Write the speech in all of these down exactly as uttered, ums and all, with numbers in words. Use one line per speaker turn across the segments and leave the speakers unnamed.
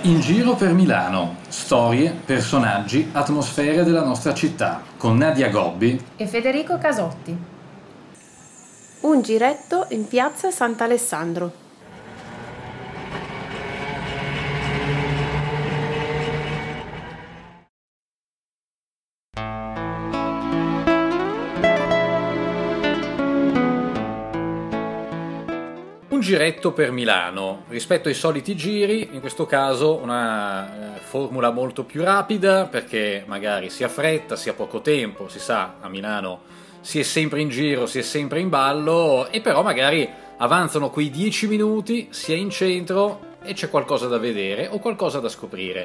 In giro per Milano, storie, personaggi, atmosfere della nostra città, con Nadia Gobbi
e Federico Casotti.
Un giretto in piazza Sant'Alessandro.
Un giretto per Milano, rispetto ai soliti giri, in questo caso una eh, formula molto più rapida, perché magari si ha fretta, si ha poco tempo, si sa, a Milano si è sempre in giro, si è sempre in ballo, e però magari avanzano quei dieci minuti, si è in centro e c'è qualcosa da vedere o qualcosa da scoprire.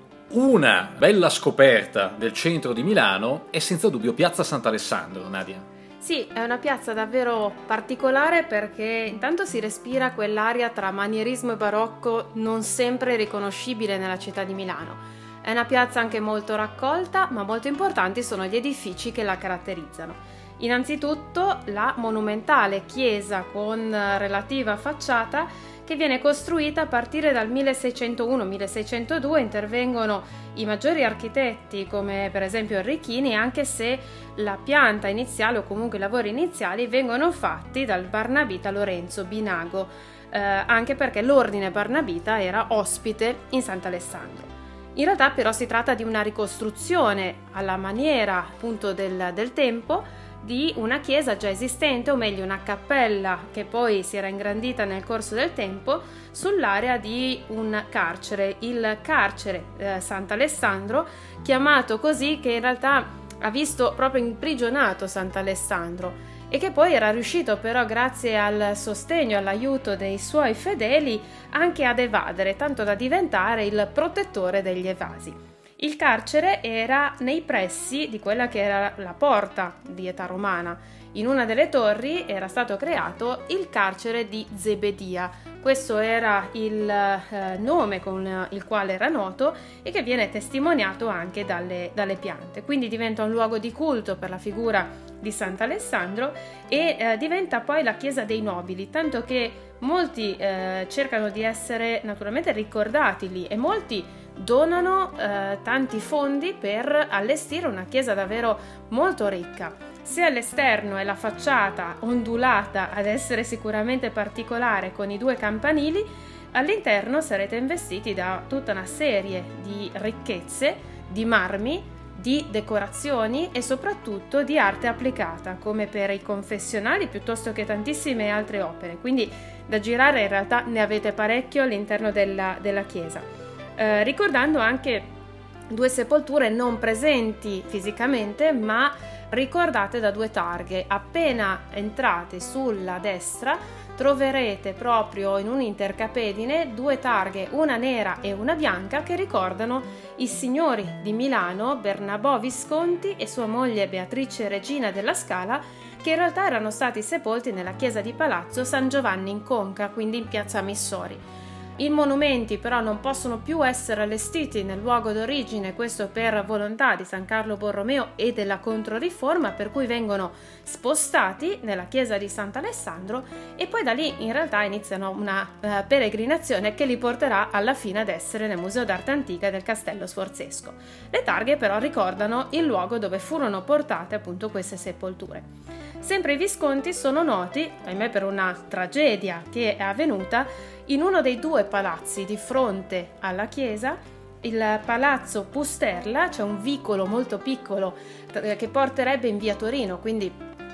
Una bella scoperta del centro di Milano è senza dubbio Piazza Sant'Alessandro, Nadia.
Sì, è una piazza davvero particolare perché intanto si respira quell'aria tra manierismo e barocco non sempre riconoscibile nella città di Milano. È una piazza anche molto raccolta, ma molto importanti sono gli edifici che la caratterizzano. Innanzitutto la monumentale chiesa con relativa facciata che viene costruita a partire dal milleseicentouno milleseicentodue. Intervengono i maggiori architetti come per esempio Arrichini, anche se la pianta iniziale o comunque i lavori iniziali vengono fatti dal barnabita Lorenzo Binago, eh, anche perché l'ordine barnabita era ospite in Sant'Alessandro. In realtà però si tratta di una ricostruzione alla maniera appunto del, del tempo di una chiesa già esistente, o meglio una cappella che poi si era ingrandita nel corso del tempo sull'area di un carcere, il carcere eh, Sant'Alessandro, chiamato così che in realtà ha visto proprio imprigionato Sant'Alessandro e che poi era riuscito però grazie al sostegno e all'aiuto dei suoi fedeli anche ad evadere, tanto da diventare il protettore degli evasi. Il carcere era nei pressi di quella che era la porta di età romana. In una delle torri era stato creato il carcere di Zebedia. Questo era il eh, nome con il quale era noto e che viene testimoniato anche dalle, dalle piante. Quindi diventa un luogo di culto per la figura di Sant'Alessandro e eh, diventa poi la chiesa dei nobili, tanto che molti eh, cercano di essere naturalmente ricordati lì e molti donano eh, tanti fondi per allestire una chiesa davvero molto ricca. Se all'esterno è la facciata ondulata ad essere sicuramente particolare con i due campanili, all'interno sarete investiti da tutta una serie di ricchezze, di marmi, di decorazioni e soprattutto di arte applicata, come per i confessionali piuttosto che tantissime altre opere. Quindi da girare in realtà ne avete parecchio all'interno della, della chiesa. Eh, ricordando anche due sepolture non presenti fisicamente ma ricordate da due targhe. Appena entrate sulla destra troverete proprio in un intercapedine due targhe, una nera e una bianca, che ricordano i signori di Milano, Bernabò Visconti e sua moglie Beatrice Regina della Scala, che in realtà erano stati sepolti nella chiesa di Palazzo San Giovanni in Conca, quindi in piazza Missori. I monumenti però non possono più essere allestiti nel luogo d'origine, questo per volontà di San Carlo Borromeo e della Controriforma, per cui vengono spostati nella chiesa di Sant'Alessandro e poi da lì in realtà iniziano una uh, peregrinazione che li porterà alla fine ad essere nel Museo d'Arte Antica del Castello Sforzesco. Le targhe però ricordano il luogo dove furono portate appunto queste sepolture. Sempre i Visconti sono noti, ahimè, per una tragedia che è avvenuta in uno dei due palazzi di fronte alla chiesa, il palazzo Pusterla. C'è un vicolo molto piccolo che porterebbe in via Torino, quindi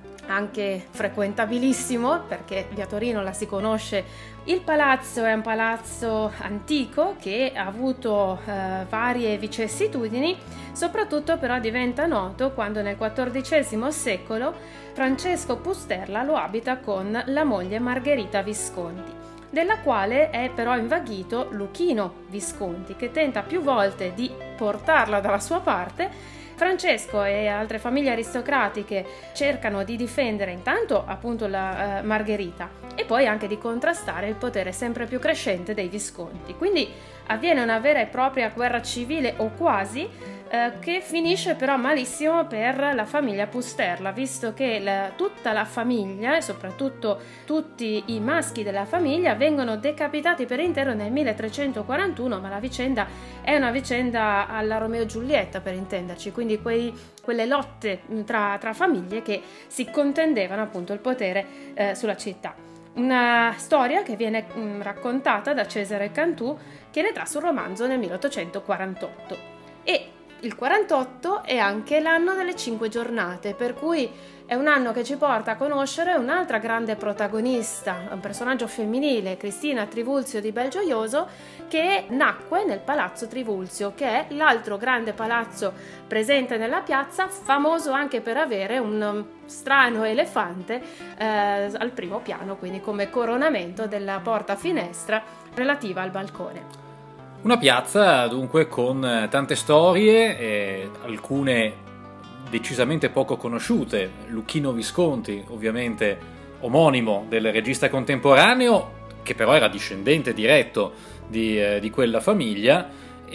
anche frequentabilissimo perché via Torino la si conosce. Il palazzo è un palazzo antico che ha avuto eh, varie vicissitudini, soprattutto però diventa noto quando nel quattordicesimo secolo Francesco Pusterla lo abita con la moglie Margherita Visconti, della quale è però invaghito Luchino Visconti, che tenta più volte di portarla dalla sua parte. Francesco e altre famiglie aristocratiche cercano di difendere intanto appunto la eh, Margherita e poi anche di contrastare il potere sempre più crescente dei Visconti. Quindi avviene una vera e propria guerra civile o quasi eh, che finisce però malissimo per la famiglia Pusterla, visto che la, tutta la famiglia e soprattutto tutti i maschi della famiglia vengono decapitati per intero nel milletrecentoquarantuno, ma la vicenda è una vicenda alla Romeo e Giulietta, per intenderci, quindi quei, quelle lotte tra, tra famiglie che si contendevano appunto il potere eh, sulla città. Una storia che viene mh, raccontata da Cesare Cantù, che ne trasse un romanzo nel milleottocentoquarantotto. E il quarantotto è anche l'anno delle cinque giornate, per cui è un anno che ci porta a conoscere un'altra grande protagonista, un personaggio femminile, Cristina Trivulzio di Belgioioso, che nacque nel Palazzo Trivulzio, che è l'altro grande palazzo presente nella piazza, famoso anche per avere un strano elefante eh, al primo piano, quindi come coronamento della porta finestra relativa al balcone.
Una piazza dunque con tante storie, eh, alcune decisamente poco conosciute. Lucchino Visconti, ovviamente omonimo del regista contemporaneo, che però era discendente diretto di, eh, di quella famiglia,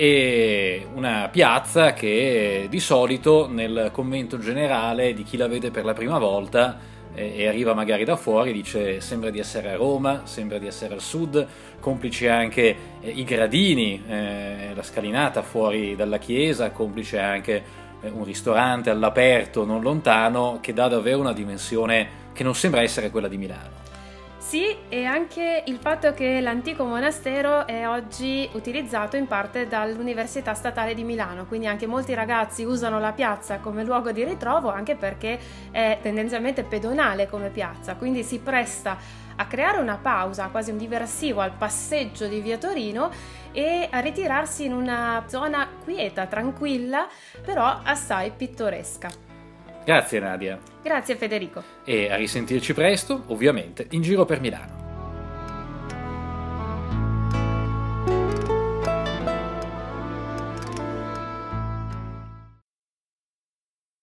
e una piazza che di solito nel commento generale di chi la vede per la prima volta e arriva magari da fuori dice sembra di essere a Roma, sembra di essere al sud, complici anche eh, i gradini, eh, la scalinata fuori dalla chiesa, complice anche eh, un ristorante all'aperto non lontano, che dà davvero una dimensione che non sembra essere quella di Milano.
Sì, e anche il fatto che l'antico monastero è oggi utilizzato in parte dall'Università Statale di Milano, quindi anche molti ragazzi usano la piazza come luogo di ritrovo, anche perché è tendenzialmente pedonale come piazza, quindi si presta a creare una pausa, quasi un diversivo al passeggio di Via Torino e a ritirarsi in una zona quieta, tranquilla, però assai pittoresca.
Grazie Nadia.
Grazie Federico.
E a risentirci presto, ovviamente, in giro per Milano.